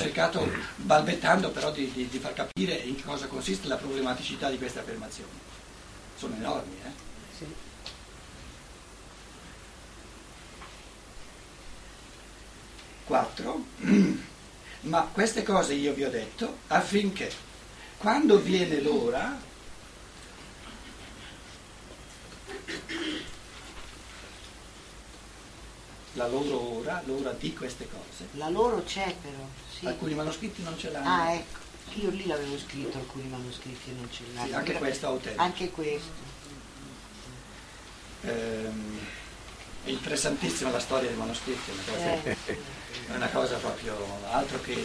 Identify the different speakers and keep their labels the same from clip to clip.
Speaker 1: cercato, balbettando però, di far capire in che cosa consiste la problematicità di queste affermazioni. Sono enormi,
Speaker 2: Sì.
Speaker 1: 4. Ma queste cose io vi ho detto affinché quando viene l'ora, la loro ora, l'ora di queste cose.
Speaker 2: La loro c'è però, sì.
Speaker 1: Alcuni manoscritti non ce l'hanno.
Speaker 2: Ah, ecco, io lì l'avevo scritto, alcuni manoscritti non ce l'hanno.
Speaker 1: Sì, anche questo autentico.
Speaker 2: Anche questo.
Speaker 1: È interessantissima la storia dei manoscritti, è una cosa proprio altro che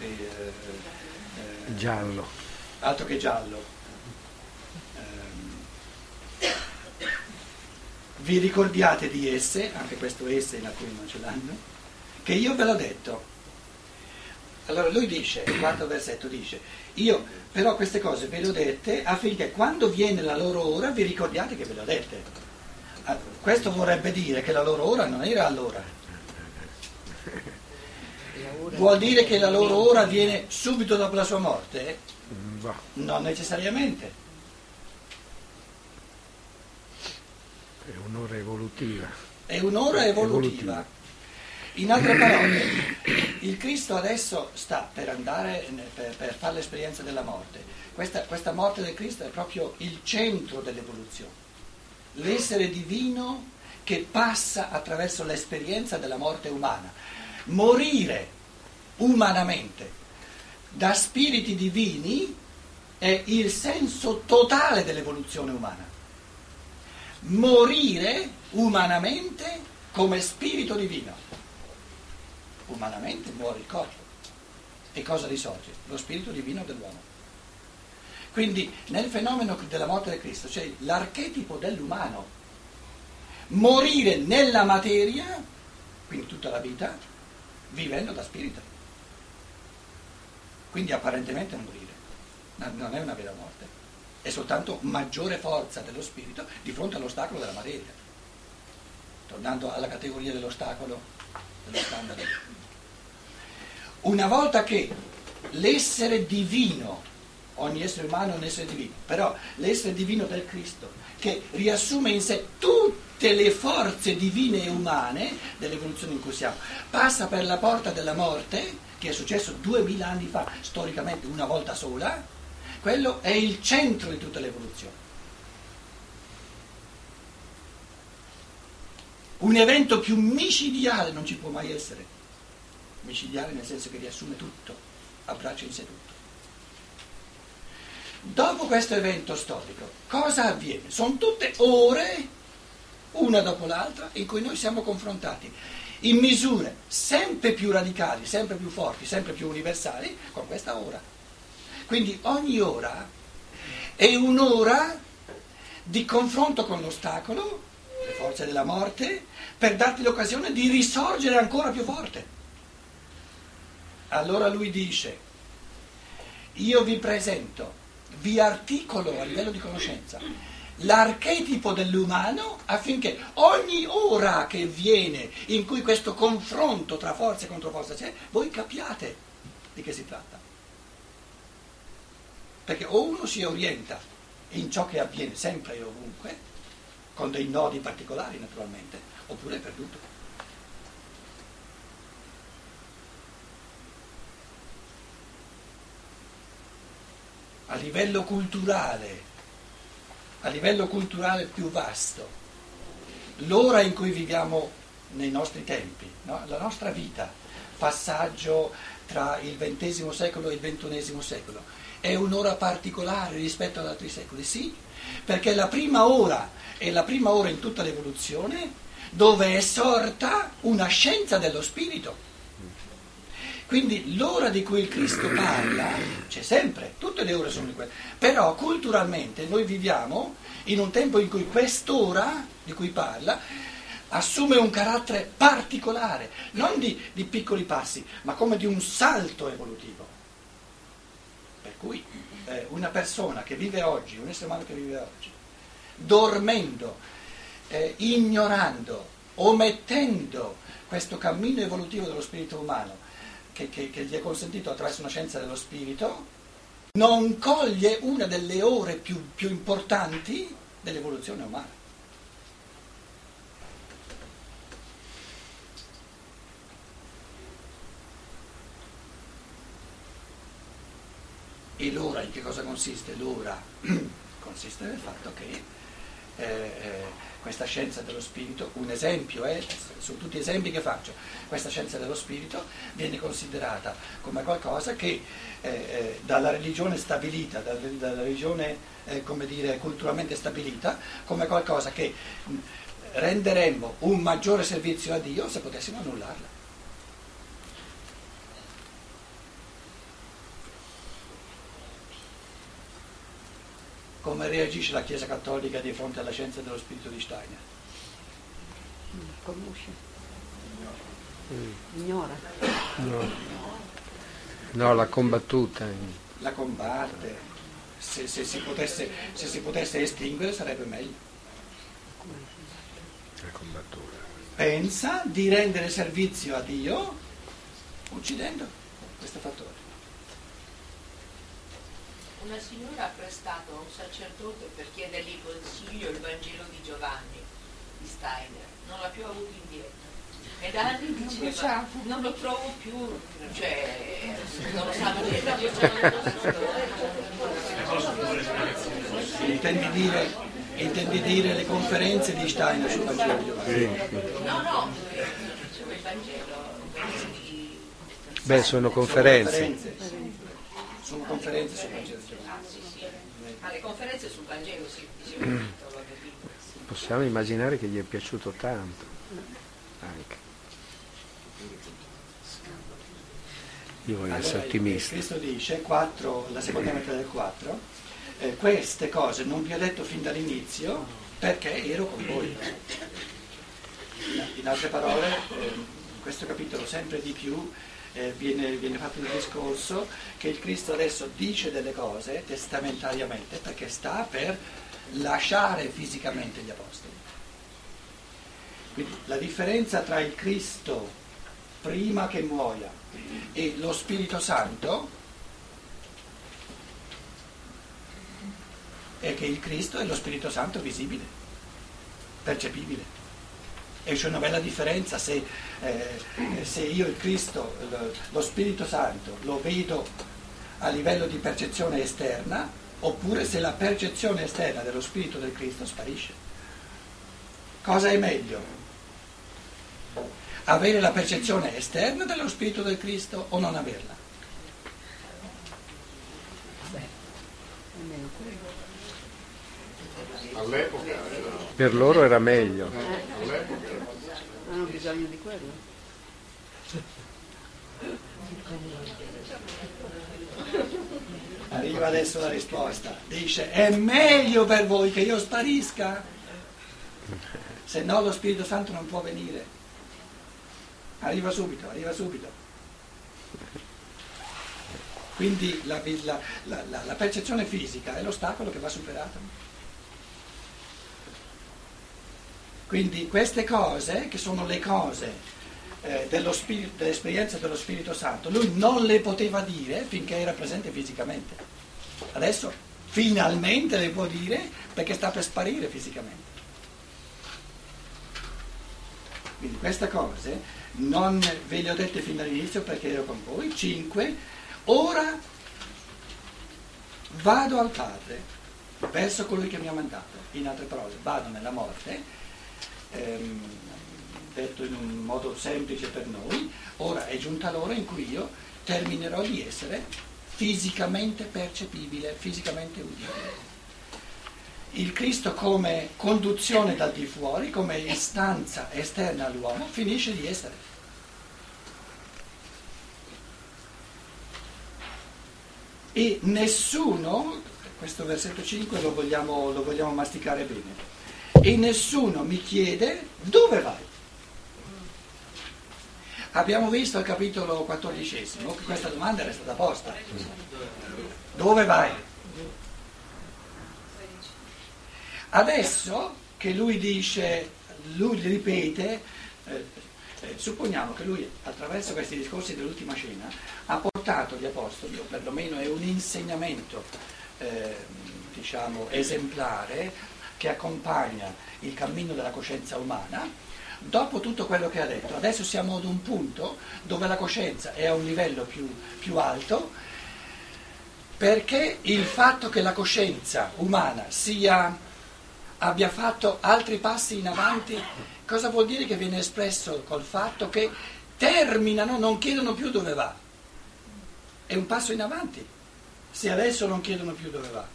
Speaker 3: Giallo.
Speaker 1: altro che giallo. Vi ricordiate di esse, anche questo esse in alcuni non ce l'hanno, che io ve l'ho detto. Allora lui dice, il quarto versetto dice, io però queste cose ve le ho dette affinché quando viene la loro ora vi ricordiate che ve le ho dette. Questo vorrebbe dire che la loro ora non era allora. Vuol dire che la loro ora viene subito dopo la sua morte? Non necessariamente.
Speaker 3: È un'ora evolutiva.
Speaker 1: È un'ora evolutiva. In altre parole, il Cristo adesso sta per andare per fare l'esperienza della morte. Questa morte del Cristo è proprio il centro dell'evoluzione. L'essere divino che passa attraverso l'esperienza della morte umana. Morire umanamente da spiriti divini è il senso totale dell'evoluzione umana. Morire umanamente come spirito divino. Umanamente muore il corpo. E cosa risorge? Lo spirito divino dell'uomo. Quindi nel fenomeno della morte del Cristo c'è l'archetipo dell'umano. Morire nella materia, quindi tutta la vita, vivendo da spirito. Quindi apparentemente morire, non è una vera morte, è soltanto maggiore forza dello spirito di fronte all'ostacolo della materia. Tornando alla categoria dell'ostacolo, dello standard. Una volta che l'essere divino, ogni essere umano è un essere divino, però l'essere divino del Cristo, che riassume in sé tutte le forze divine e umane dell'evoluzione in cui siamo, passa per la porta della morte, che è successo 2000 anni fa, storicamente una volta sola, quello è il centro di tutta l'evoluzione. Un evento più micidiale non ci può mai essere, micidiale nel senso che riassume tutto, abbraccia in sé tutto. Dopo questo evento storico, cosa avviene? Sono tutte ore, una dopo l'altra, in cui noi siamo confrontati in misure sempre più radicali, sempre più forti, sempre più universali, con questa ora. Quindi ogni ora è un'ora di confronto con l'ostacolo, le forze della morte, per darti l'occasione di risorgere ancora più forte. Allora lui dice, io vi presento, vi articolo a livello di conoscenza l'archetipo dell'umano affinché ogni ora che viene in cui questo confronto tra forza e controforza c'è, voi capiate di che si tratta. Perché o uno si orienta in ciò che avviene sempre e ovunque, con dei nodi particolari naturalmente, oppure è perduto. A livello culturale più vasto, l'ora in cui viviamo nei nostri tempi, no? La nostra vita, passaggio tra il XX secolo e il XXI secolo, è un'ora particolare rispetto ad altri secoli, sì, perché la prima ora è la prima ora in tutta l'evoluzione dove è sorta una scienza dello spirito. Quindi l'ora di cui il Cristo parla c'è sempre, tutte le ore sono quelle, però culturalmente noi viviamo in un tempo in cui quest'ora di cui parla assume un carattere particolare, non di piccoli passi, ma come di un salto evolutivo. Per cui una persona che vive oggi, un essere umano che vive oggi, dormendo, ignorando, omettendo questo cammino evolutivo dello spirito umano, che gli è consentito attraverso una scienza dello spirito, non coglie una delle ore più importanti dell'evoluzione umana. E l'ora in che cosa consiste? L'ora consiste nel fatto che questa scienza dello spirito, un esempio su tutti gli esempi che faccio, questa scienza dello spirito viene considerata come qualcosa che dalla religione stabilita, dalla religione come dire, culturalmente stabilita, come qualcosa che renderemmo un maggiore servizio a Dio se potessimo annullarla. Come reagisce la Chiesa Cattolica di fronte alla scienza dello spirito di Steiner?
Speaker 2: Conosce. Ignora.
Speaker 3: No, l'ha combattuta.
Speaker 1: La combatte. Se si potesse estinguere sarebbe meglio.
Speaker 3: L'ha combattuta.
Speaker 1: Pensa di rendere servizio a Dio uccidendo questo fattore.
Speaker 4: Una signora ha prestato a un sacerdote per chiedergli consiglio il Vangelo di Giovanni di Steiner, non l'ha più avuto indietro e da anni diceva non lo trovo più, cioè non lo sanno neanche.
Speaker 1: Intendi dire le conferenze di Steiner sul Vangelo di Giovanni?
Speaker 4: No, il Vangelo di...
Speaker 3: Beh, sono conferenze.
Speaker 1: Sono conferenze sul Vangelo di Giovanni.
Speaker 4: Le conferenze sul Vangelo sì.
Speaker 3: Possiamo immaginare che gli è piaciuto tanto, anche. Io voglio essere ottimista.
Speaker 1: Cristo dice, 4, la seconda metà del 4, queste cose non vi ho detto fin dall'inizio perché ero con voi. In altre parole, in questo capitolo sempre di più viene fatto il discorso che il Cristo adesso dice delle cose testamentariamente perché sta per lasciare fisicamente gli apostoli. Quindi la differenza tra il Cristo prima che muoia e lo Spirito Santo è che il Cristo è lo Spirito Santo visibile, percepibile. E c'è una bella differenza se io il Cristo, lo Spirito Santo, lo vedo a livello di percezione esterna, oppure se la percezione esterna dello Spirito del Cristo sparisce. Cosa è meglio? Avere la percezione esterna dello Spirito del Cristo o non averla?
Speaker 5: All'epoca
Speaker 3: Per loro era meglio.
Speaker 2: Hanno bisogno di quello.
Speaker 1: Arriva adesso la risposta. Dice, è meglio per voi che io sparisca, se no lo Spirito Santo non può venire. Arriva subito. Quindi la percezione fisica è l'ostacolo che va superato. Quindi queste cose, che sono le cose dell'esperienza dello Spirito Santo, lui non le poteva dire finché era presente fisicamente. Adesso finalmente le può dire perché sta per sparire fisicamente. Quindi queste cose non ve le ho dette fin dall'inizio perché ero con voi. 5. Ora vado al Padre verso colui che mi ha mandato. In altre parole, vado nella morte. Detto in un modo semplice per noi, ora è giunta l'ora in cui io terminerò di essere fisicamente percepibile, fisicamente udibile. Il Cristo come conduzione dal di fuori, come istanza esterna all'uomo, finisce di essere. E nessuno, questo versetto 5 lo vogliamo masticare bene, e nessuno mi chiede dove vai. Abbiamo visto al capitolo 14 che questa domanda era stata posta. Dove vai? Adesso che lui dice, lui ripete, Supponiamo che lui, attraverso questi discorsi dell'ultima cena, ha portato gli apostoli, o perlomeno è un insegnamento diciamo esemplare che accompagna il cammino della coscienza umana. Dopo tutto quello che ha detto, adesso siamo ad un punto dove la coscienza è a un livello più alto, perché il fatto che la coscienza umana abbia fatto altri passi in avanti, cosa vuol dire? Che viene espresso col fatto che terminano, non chiedono più dove va. È un passo in avanti, se adesso non chiedono più dove va.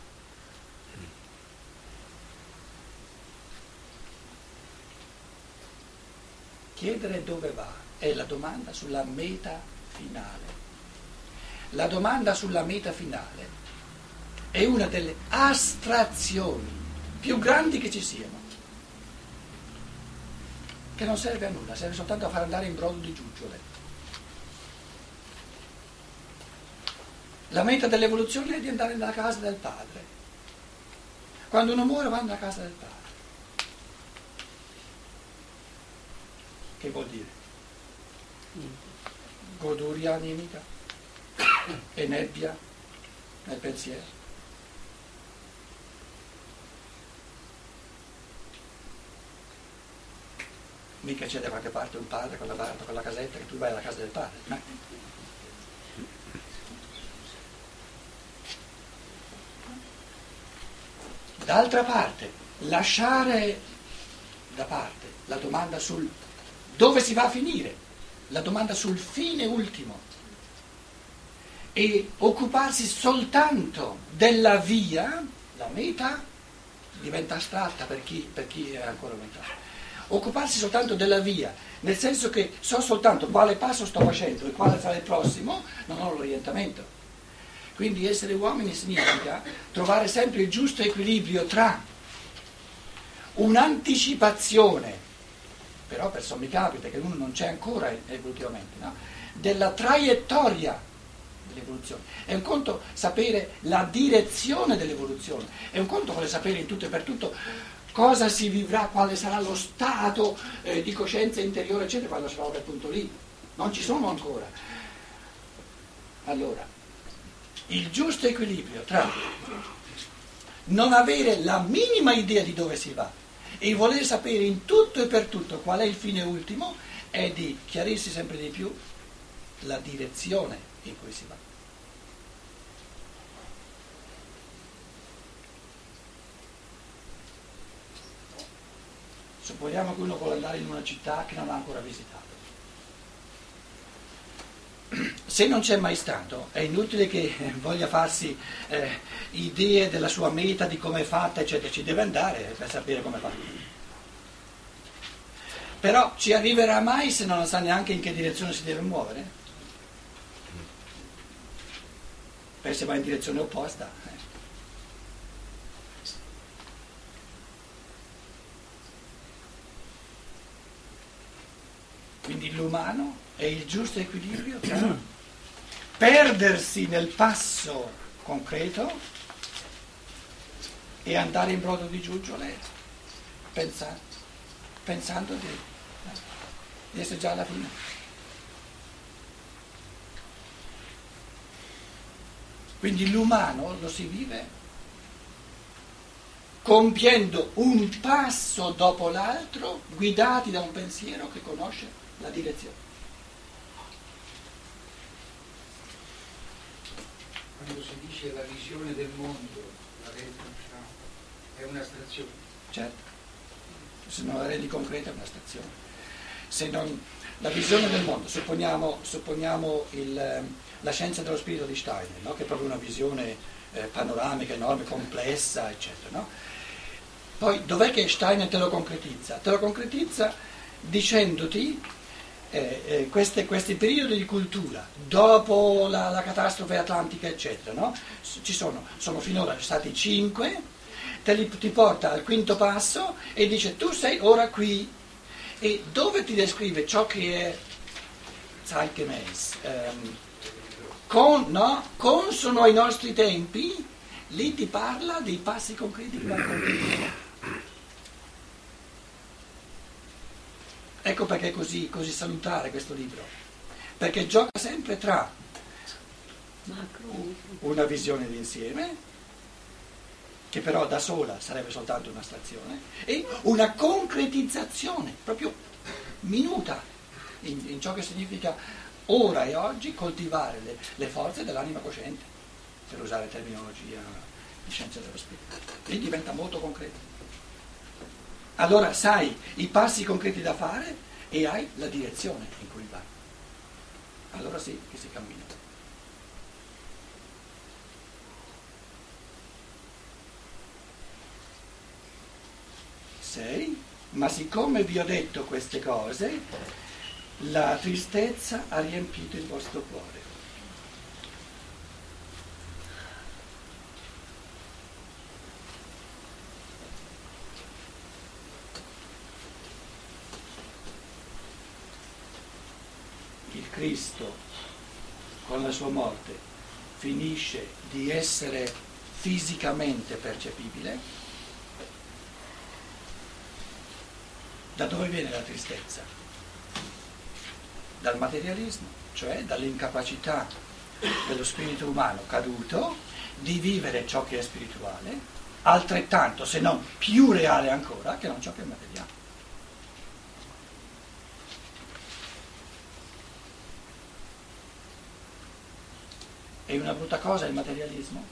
Speaker 1: Chiedere dove va è la domanda sulla meta finale. La domanda sulla meta finale è una delle astrazioni più grandi che ci siano, che non serve a nulla, serve soltanto a far andare in brodo di giuggiole. La meta dell'evoluzione è di andare nella casa del padre. Quando uno muore va nella casa del padre. Che vuol dire? Goduria animica e nebbia nel pensiero. Mica c'è da qualche parte un padre con la casetta che tu vai alla casa del padre. No? D'altra parte, lasciare da parte la domanda sul dove si va a finire, la domanda sul fine ultimo, e occuparsi soltanto della via, la meta diventa astratta per chi è ancora mentale. Occuparsi soltanto della via, nel senso che so soltanto quale passo sto facendo e quale sarà il prossimo, non ho l'orientamento. Quindi essere uomini significa trovare sempre il giusto equilibrio tra un'anticipazione, però per sommi capi, perché uno non c'è ancora evolutivamente, no? Della traiettoria dell'evoluzione. È un conto sapere la direzione dell'evoluzione, è un conto voler sapere in tutto e per tutto cosa si vivrà, quale sarà lo stato di coscienza interiore, eccetera, quando sarà a quel punto lì. Non ci sono ancora. Allora, il giusto equilibrio tra non avere la minima idea di dove si va e voler sapere in tutto e per tutto qual è il fine ultimo è di chiarirsi sempre di più la direzione in cui si va. Supponiamo che uno vuole andare in una città che non ha ancora visitato. Se non c'è mai stato, è inutile che voglia farsi idee della sua meta, di come è fatta, eccetera. Ci deve andare per sapere come fa. Però ci arriverà mai se non sa neanche in che direzione si deve muovere? Perché se va in direzione opposta. Quindi l'umano è il giusto equilibrio tra perdersi nel passo concreto e andare in brodo di giuggiole pensando di essere già alla fine. Quindi l'umano lo si vive compiendo un passo dopo l'altro, guidati da un pensiero che conosce la direzione.
Speaker 5: Quando si dice la visione del mondo, la rete, è un'astrazione.
Speaker 1: Certo, se non la rendi concreta è un'astrazione. Se non, la visione del mondo, supponiamo la scienza dello spirito di Steiner, no? Che è proprio una visione panoramica, enorme, complessa, eccetera. No? Poi dov'è che Steiner te lo concretizza? Te lo concretizza dicendoti questi periodi di cultura, dopo la catastrofe atlantica, eccetera, no? Sono finora stati 5, ti porta al quinto passo e dice tu sei ora qui, e dove ti descrive ciò che è zeitgemäß, consono ai nostri tempi, lì ti parla dei passi concreti che vanno compiuti. Ecco perché è così così salutare questo libro? Perché gioca sempre tra una visione d'insieme, che però da sola sarebbe soltanto un'astrazione, e una concretizzazione proprio minuta in ciò che significa ora e oggi coltivare le forze dell'anima cosciente, per usare terminologia di scienza dello spirito. Lì diventa molto concreto. Allora sai i passi concreti da fare e hai la direzione in cui vai. Allora sì che si cammina. 6. Ma siccome vi ho detto queste cose, la tristezza ha riempito il vostro cuore. Il Cristo, con la sua morte, finisce di essere fisicamente percepibile. Da dove viene la tristezza? Dal materialismo, cioè dall'incapacità dello spirito umano caduto di vivere ciò che è spirituale, altrettanto, se non più reale ancora, che non ciò che è materiale. È una brutta cosa il materialismo?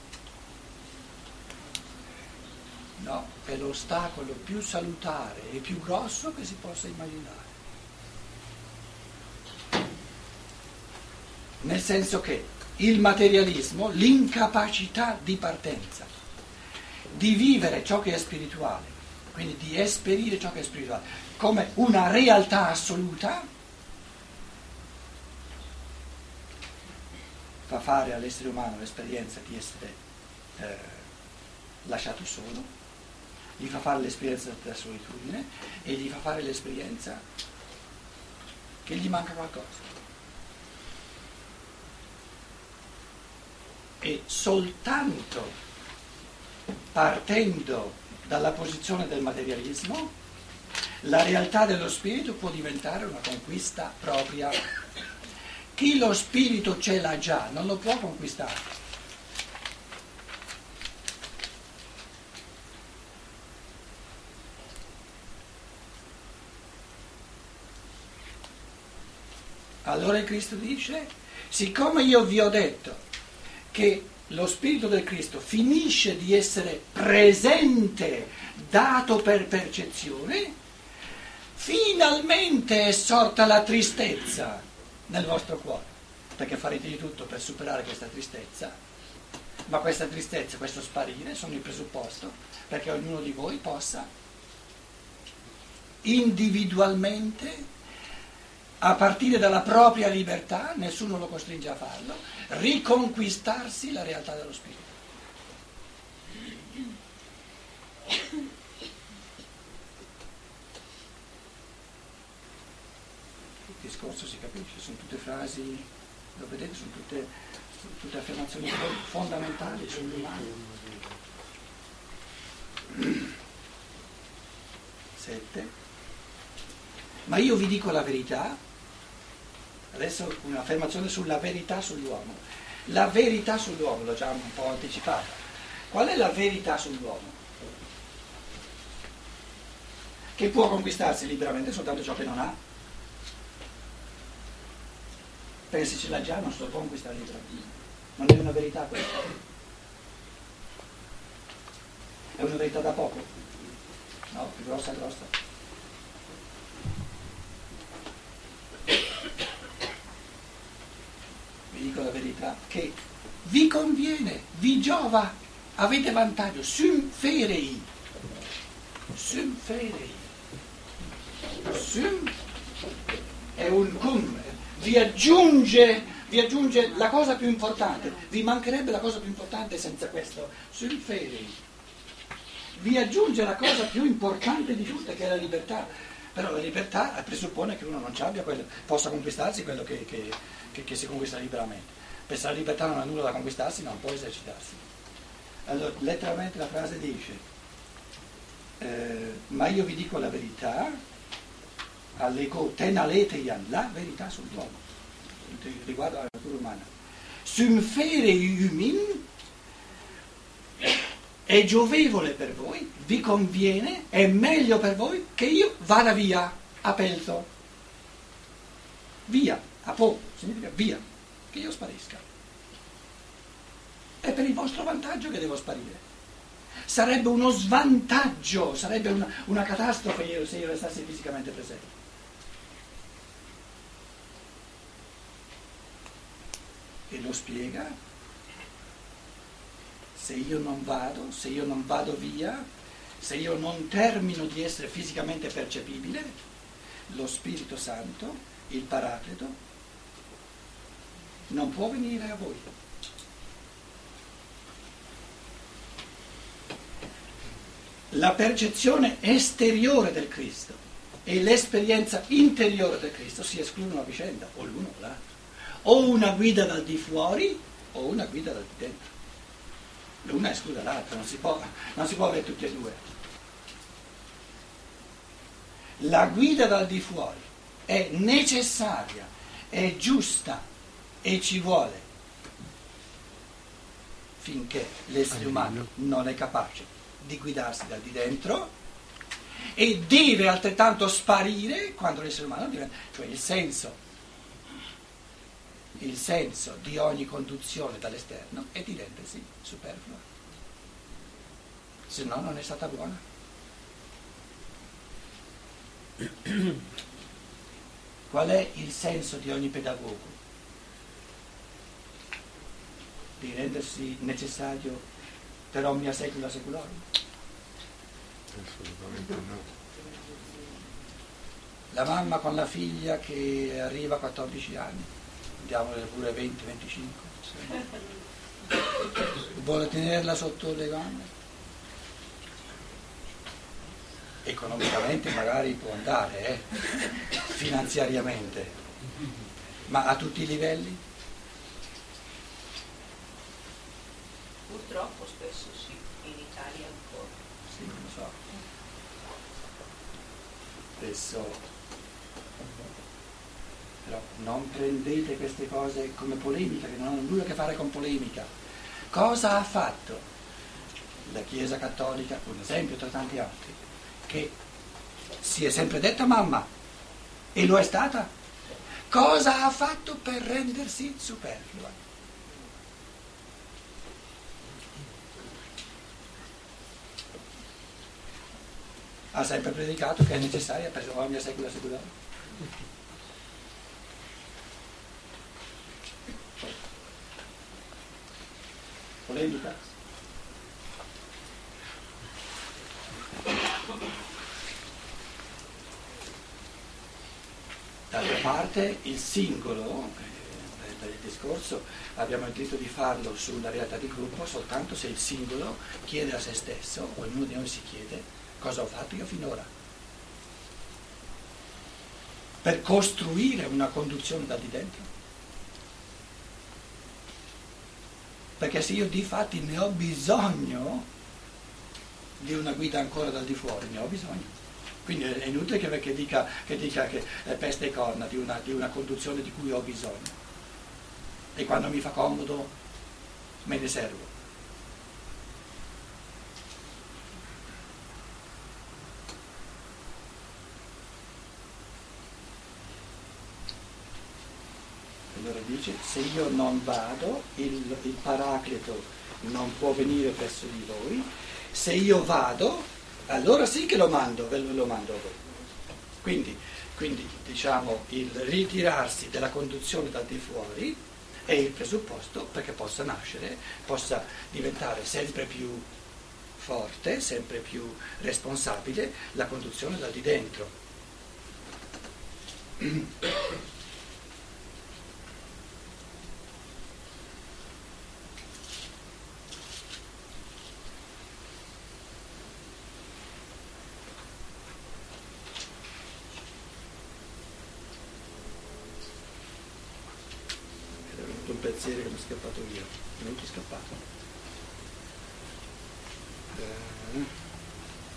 Speaker 1: No, è l'ostacolo più salutare e più grosso che si possa immaginare. Nel senso che il materialismo, l'incapacità di partenza, di vivere ciò che è spirituale, quindi di esperire ciò che è spirituale, come una realtà assoluta, fa fare all'essere umano l'esperienza di essere lasciato solo, gli fa fare l'esperienza della solitudine e gli fa fare l'esperienza che gli manca qualcosa. E soltanto partendo dalla posizione del materialismo, la realtà dello spirito può diventare una conquista propria. Chi lo spirito ce l'ha già non lo può conquistare. Allora il Cristo dice, siccome io vi ho detto che lo Spirito del Cristo finisce di essere presente, dato per percezione, finalmente è sorta la tristezza nel vostro cuore, perché farete di tutto per superare questa tristezza, ma questa tristezza, questo sparire sono il presupposto perché ognuno di voi possa individualmente, a partire dalla propria libertà, nessuno lo costringe a farlo, riconquistarsi la realtà dello spirito. Il discorso si capisce, sono tutte frasi, lo vedete, sono tutte affermazioni fondamentali sull'umano. 7. Ma io vi dico la verità. Adesso un'affermazione sulla verità sull'uomo. La verità sull'uomo, l'ho già un po' anticipata. Qual è la verità sull'uomo? Che può conquistarsi liberamente soltanto ciò che non ha. Perché se ce l'ha già non se lo può conquistare liberamente. Non è una verità questa. È una verità da poco. No, più grossa. Vi dico la verità, che vi conviene, vi giova, avete vantaggio, sum ferei, sum è un cum, vi aggiunge la cosa più importante, vi mancherebbe la cosa più importante senza questo, sum ferei, vi aggiunge la cosa più importante di tutte, che è la libertà. Però la libertà presuppone che uno non ci abbia possa conquistarsi quello che si conquista liberamente. Per se la libertà non ha nulla da conquistarsi, non può esercitarsi. Allora, letteralmente la frase dice, ma io vi dico la verità, all'ego tenaleteian, la verità sull'uomo, riguardo alla natura umana. Sumfere iumin è giovevole per voi, vi conviene, è meglio per voi che io vada via a pelto. Via, apo, significa via, che io sparisca. È per il vostro vantaggio che devo sparire. Sarebbe uno svantaggio, sarebbe una catastrofe se io restassi fisicamente presente. E lo spiega: se io non vado via, se io non termino di essere fisicamente percepibile, lo Spirito Santo, il Paracleto, non può venire a voi. La percezione esteriore del Cristo e l'esperienza interiore del Cristo si escludono a vicenda, o l'uno o l'altro. O una guida dal di fuori o una guida dal di dentro. L'una esclude l'altra, non si può avere tutti e due. La guida dal di fuori è necessaria, è giusta e ci vuole finché l'essere umano non è capace di guidarsi dal di dentro, e deve altrettanto sparire quando l'essere umano diventa, cioè il senso di ogni conduzione dall'esterno è di rendersi superflua, se no non è stata buona. Qual è il senso di ogni pedagogo? Di rendersi necessario per omnia secula seculorum?
Speaker 3: Assolutamente no.
Speaker 1: La mamma con la figlia che arriva a 14 anni, diamole pure 20-25, vuole tenerla sotto le gambe? Economicamente magari può andare, finanziariamente, ma a tutti i livelli?
Speaker 4: Purtroppo spesso sì, in Italia ancora.
Speaker 1: Sì, lo so. Spesso. Però non prendete queste cose come polemica, che non hanno nulla a che fare con polemica. Cosa ha fatto la Chiesa Cattolica, un esempio tra tanti altri, che si è sempre detta mamma e lo è stata? Cosa ha fatto per rendersi superflua? Ha sempre predicato che è necessaria per ogni secula secolare. Polemica. D'altra parte il singolo, per il discorso, abbiamo il diritto di farlo su una realtà di gruppo soltanto se il singolo chiede a se stesso, ognuno di noi si chiede: cosa ho fatto io finora? Per costruire una conduzione da di dentro. Perché se io di fatti ne ho bisogno di una guida ancora dal di fuori, ne ho bisogno. Quindi è inutile che dica che è peste e corna di una conduzione di cui ho bisogno. E quando mi fa comodo me ne servo. Allora dice: se io non vado, il Paracleto non può venire verso di voi. Se io vado, allora sì che lo mando a voi. Quindi diciamo, il ritirarsi della conduzione dal di fuori è il presupposto perché possa nascere, possa diventare sempre più forte, sempre più responsabile la conduzione dal di dentro. Un pensiero che mi è scappato via, non ti è scappato.